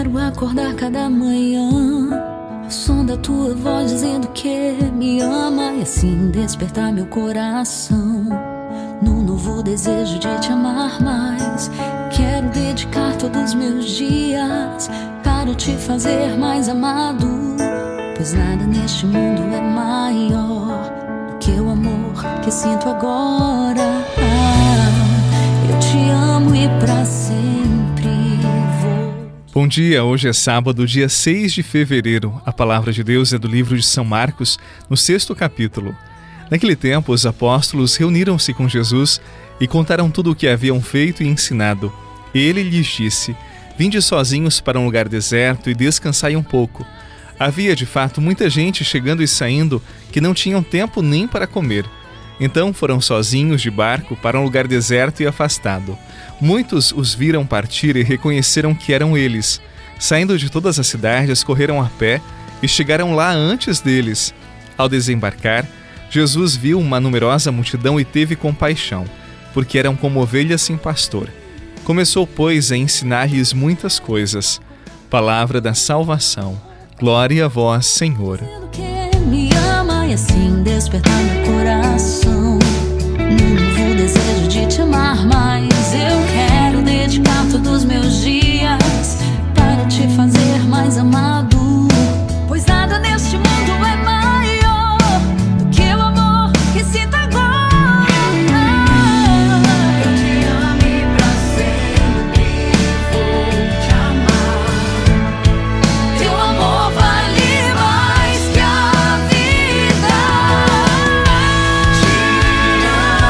quero acordar cada manhã ao som da tua voz dizendo que me ama e assim despertar meu coração num novo desejo de te amar mais. Quero dedicar todos os meus dias para te fazer mais amado, pois nada neste mundo é maior do que o amor que sinto agora. Eu te amo e pra sempre vou. Bom dia, hoje é sábado, dia 6 de fevereiro. A palavra de Deus é do livro de São Marcos, no 6º capítulo. Naquele tempo, os apóstolos reuniram-se com Jesus e contaram tudo o que haviam feito e ensinado. Ele lhes disse: vinde sozinhos para um lugar deserto e descansai um pouco. Havia, de fato, muita gente chegando e saindo que não tinham tempo nem para comer. Então foram sozinhos de barco para um lugar deserto e afastado. Muitos os viram partir e reconheceram que eram eles. Saindo de todas as cidades, correram a pé e chegaram lá antes deles. Ao desembarcar, Jesus viu uma numerosa multidão e teve compaixão, porque eram como ovelhas sem pastor. Começou, pois, a ensinar-lhes muitas coisas. Palavra da salvação. Glória a vós, Senhor. Me ama e assim despertar meu coração num novo desejo de te amar mais. Eu quero dedicar todos os meus dias para te fazer mais amado, pois nada neste mundo é maior do que o amor que sinto agora. Eu te amo e pra sempre vou te amar. Teu amor vale mais que a vida. Te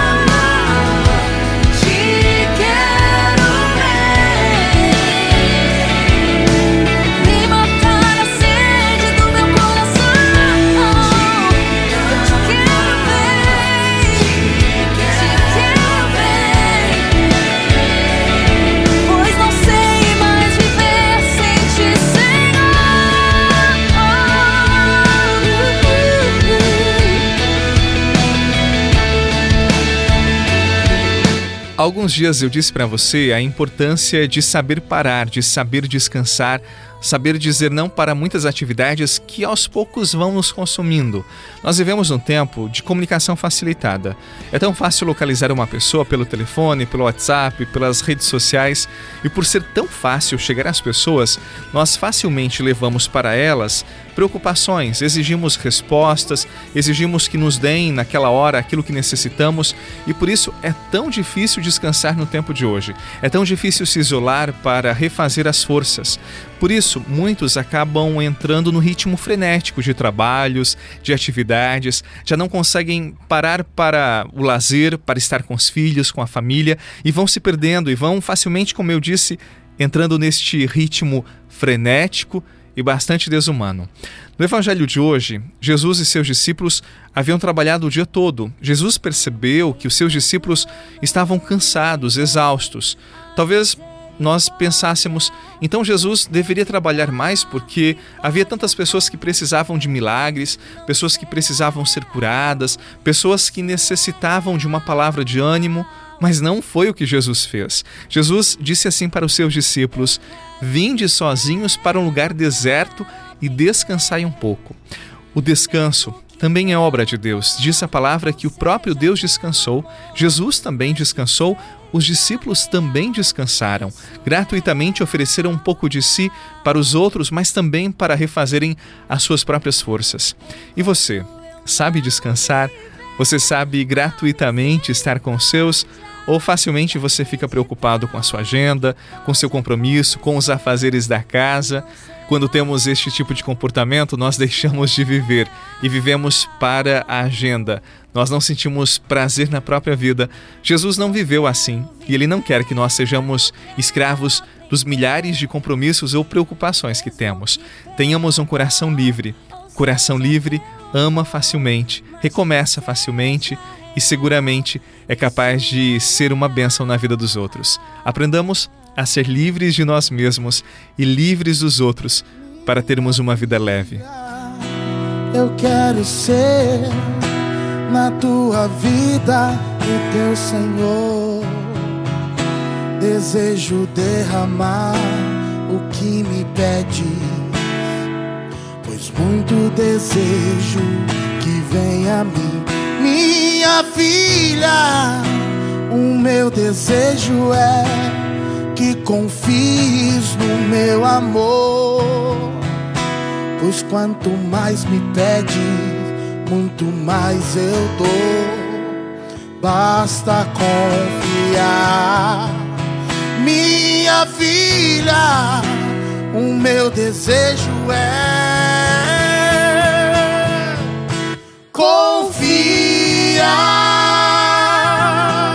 amo, te quero ver. Vem matar a sede do meu coração. Eu te quero ver, te quero ver. Pois não sei mais viver sem ti, Senhor. Há alguns dias eu disse para você a importância de saber parar, de saber descansar, saber dizer não para muitas atividades que aos poucos vão nos consumindo. Nós vivemos um tempo de comunicação facilitada. É tão fácil localizar uma pessoa pelo telefone, pelo WhatsApp, pelas redes sociais, e por ser tão fácil chegar às pessoas, nós facilmente levamos para elas preocupações, exigimos respostas, exigimos que nos deem naquela hora aquilo que necessitamos, e por isso é tão difícil descansar no tempo de hoje. É tão difícil se isolar para refazer as forças. Por isso, muitos acabam entrando no ritmo frenético de trabalhos, de atividades, já não conseguem parar para o lazer, para estar com os filhos, com a família, e vão se perdendo e vão facilmente, como eu disse, entrando neste ritmo frenético e bastante desumano. No evangelho de hoje, Jesus e seus discípulos haviam trabalhado o dia todo. Jesus percebeu que os seus discípulos estavam cansados, exaustos. Talvez nós pensássemos, então Jesus deveria trabalhar mais porque havia tantas pessoas que precisavam de milagres, pessoas que precisavam ser curadas, pessoas que necessitavam de uma palavra de ânimo, mas não foi o que Jesus fez. Jesus disse assim para os seus discípulos: vinde sozinhos para um lugar deserto e descansai um pouco. O descanso também é obra de Deus. Diz a palavra que o próprio Deus descansou, Jesus também descansou, os discípulos também descansaram. Gratuitamente ofereceram um pouco de si para os outros, mas também para refazerem as suas próprias forças. E você, sabe descansar? Você sabe gratuitamente estar com os seus? Ou facilmente você fica preocupado com a sua agenda, com seu compromisso, com os afazeres da casa? Quando temos este tipo de comportamento, nós deixamos de viver e vivemos para a agenda. Nós não sentimos prazer na própria vida. Jesus não viveu assim e Ele não quer que nós sejamos escravos dos milhares de compromissos ou preocupações que temos. Tenhamos um coração livre. Coração livre ama facilmente, recomeça facilmente e seguramente é capaz de ser uma bênção na vida dos outros. Aprendamos a ser livres de nós mesmos e livres dos outros para termos uma vida leve. Eu quero ser na tua vida o teu Senhor. Desejo derramar o que que me pede, pois muito desejo que venha a mim. Minha filha, o meu desejo é que confies no meu amor, pois quanto mais me pedes, muito mais eu dou. Basta confiar. Minha filha, o meu desejo é confiar,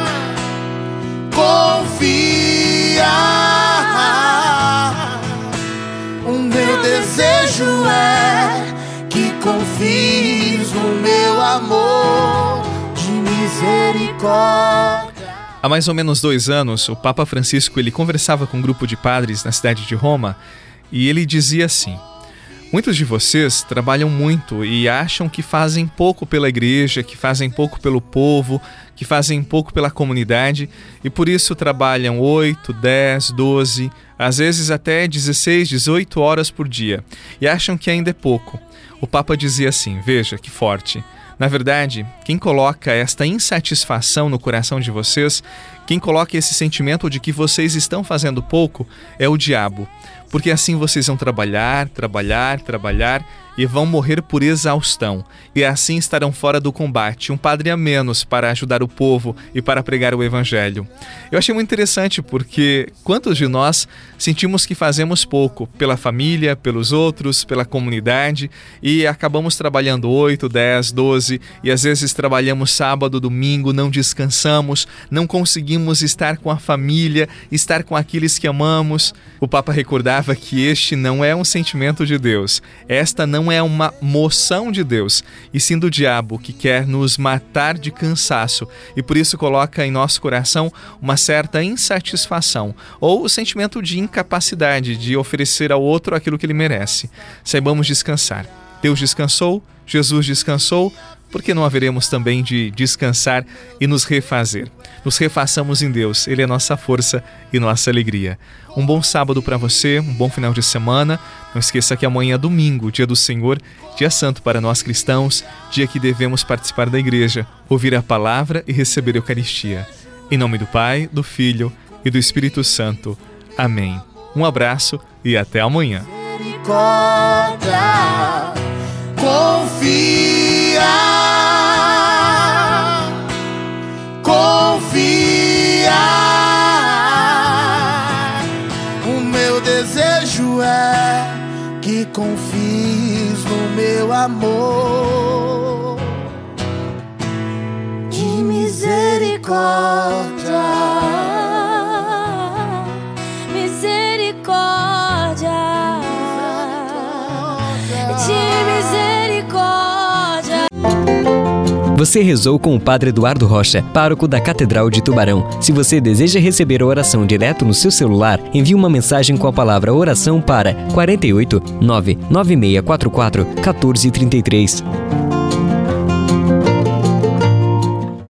confiar. O meu desejo é que confies no meu amor de misericórdia. Há mais ou menos 2 anos, o Papa Francisco ele conversava com um grupo de padres na cidade de Roma e ele dizia assim: muitos de vocês trabalham muito e acham que fazem pouco pela igreja, que fazem pouco pelo povo, que fazem pouco pela comunidade e por isso trabalham 8, 10, 12, às vezes até 16, 18 horas por dia e acham que ainda é pouco. O Papa dizia assim: veja que forte. Na verdade, quem coloca esta insatisfação no coração de vocês, quem coloca esse sentimento de que vocês estão fazendo pouco, é o diabo. Porque assim vocês vão trabalhar e vão morrer por exaustão. E assim estarão fora do combate, um padre a menos para ajudar o povo e para pregar o evangelho. Eu achei muito interessante porque quantos de nós sentimos que fazemos pouco pela família, pelos outros, pela comunidade e acabamos trabalhando 8, 10, 12 e às vezes trabalhamos sábado, domingo, não descansamos, não conseguimos estar com a família, estar com aqueles que amamos. O Papa recordava que este não é um sentimento de Deus, esta não é uma moção de Deus, e sim do diabo que quer nos matar de cansaço e por isso coloca em nosso coração uma certa insatisfação ou o sentimento de incapacidade de oferecer ao outro aquilo que ele merece. Saibamos descansar. Deus descansou, Jesus descansou, por que não haveremos também de descansar e nos refazer? Nos refaçamos em Deus, Ele é nossa força e nossa alegria. Um bom sábado para você, um bom final de semana. Não esqueça que amanhã é domingo, dia do Senhor, dia santo para nós cristãos, dia que devemos participar da igreja, ouvir a palavra e receber a Eucaristia. Em nome do Pai, do Filho e do Espírito Santo. Amém. Um abraço e até amanhã. O meu desejo é que confies no meu amor de misericórdia. Você rezou com o Padre Eduardo Rocha, pároco da Catedral de Tubarão. Se você deseja receber a oração direto no seu celular, envie uma mensagem com a palavra oração para 48 99644 1433.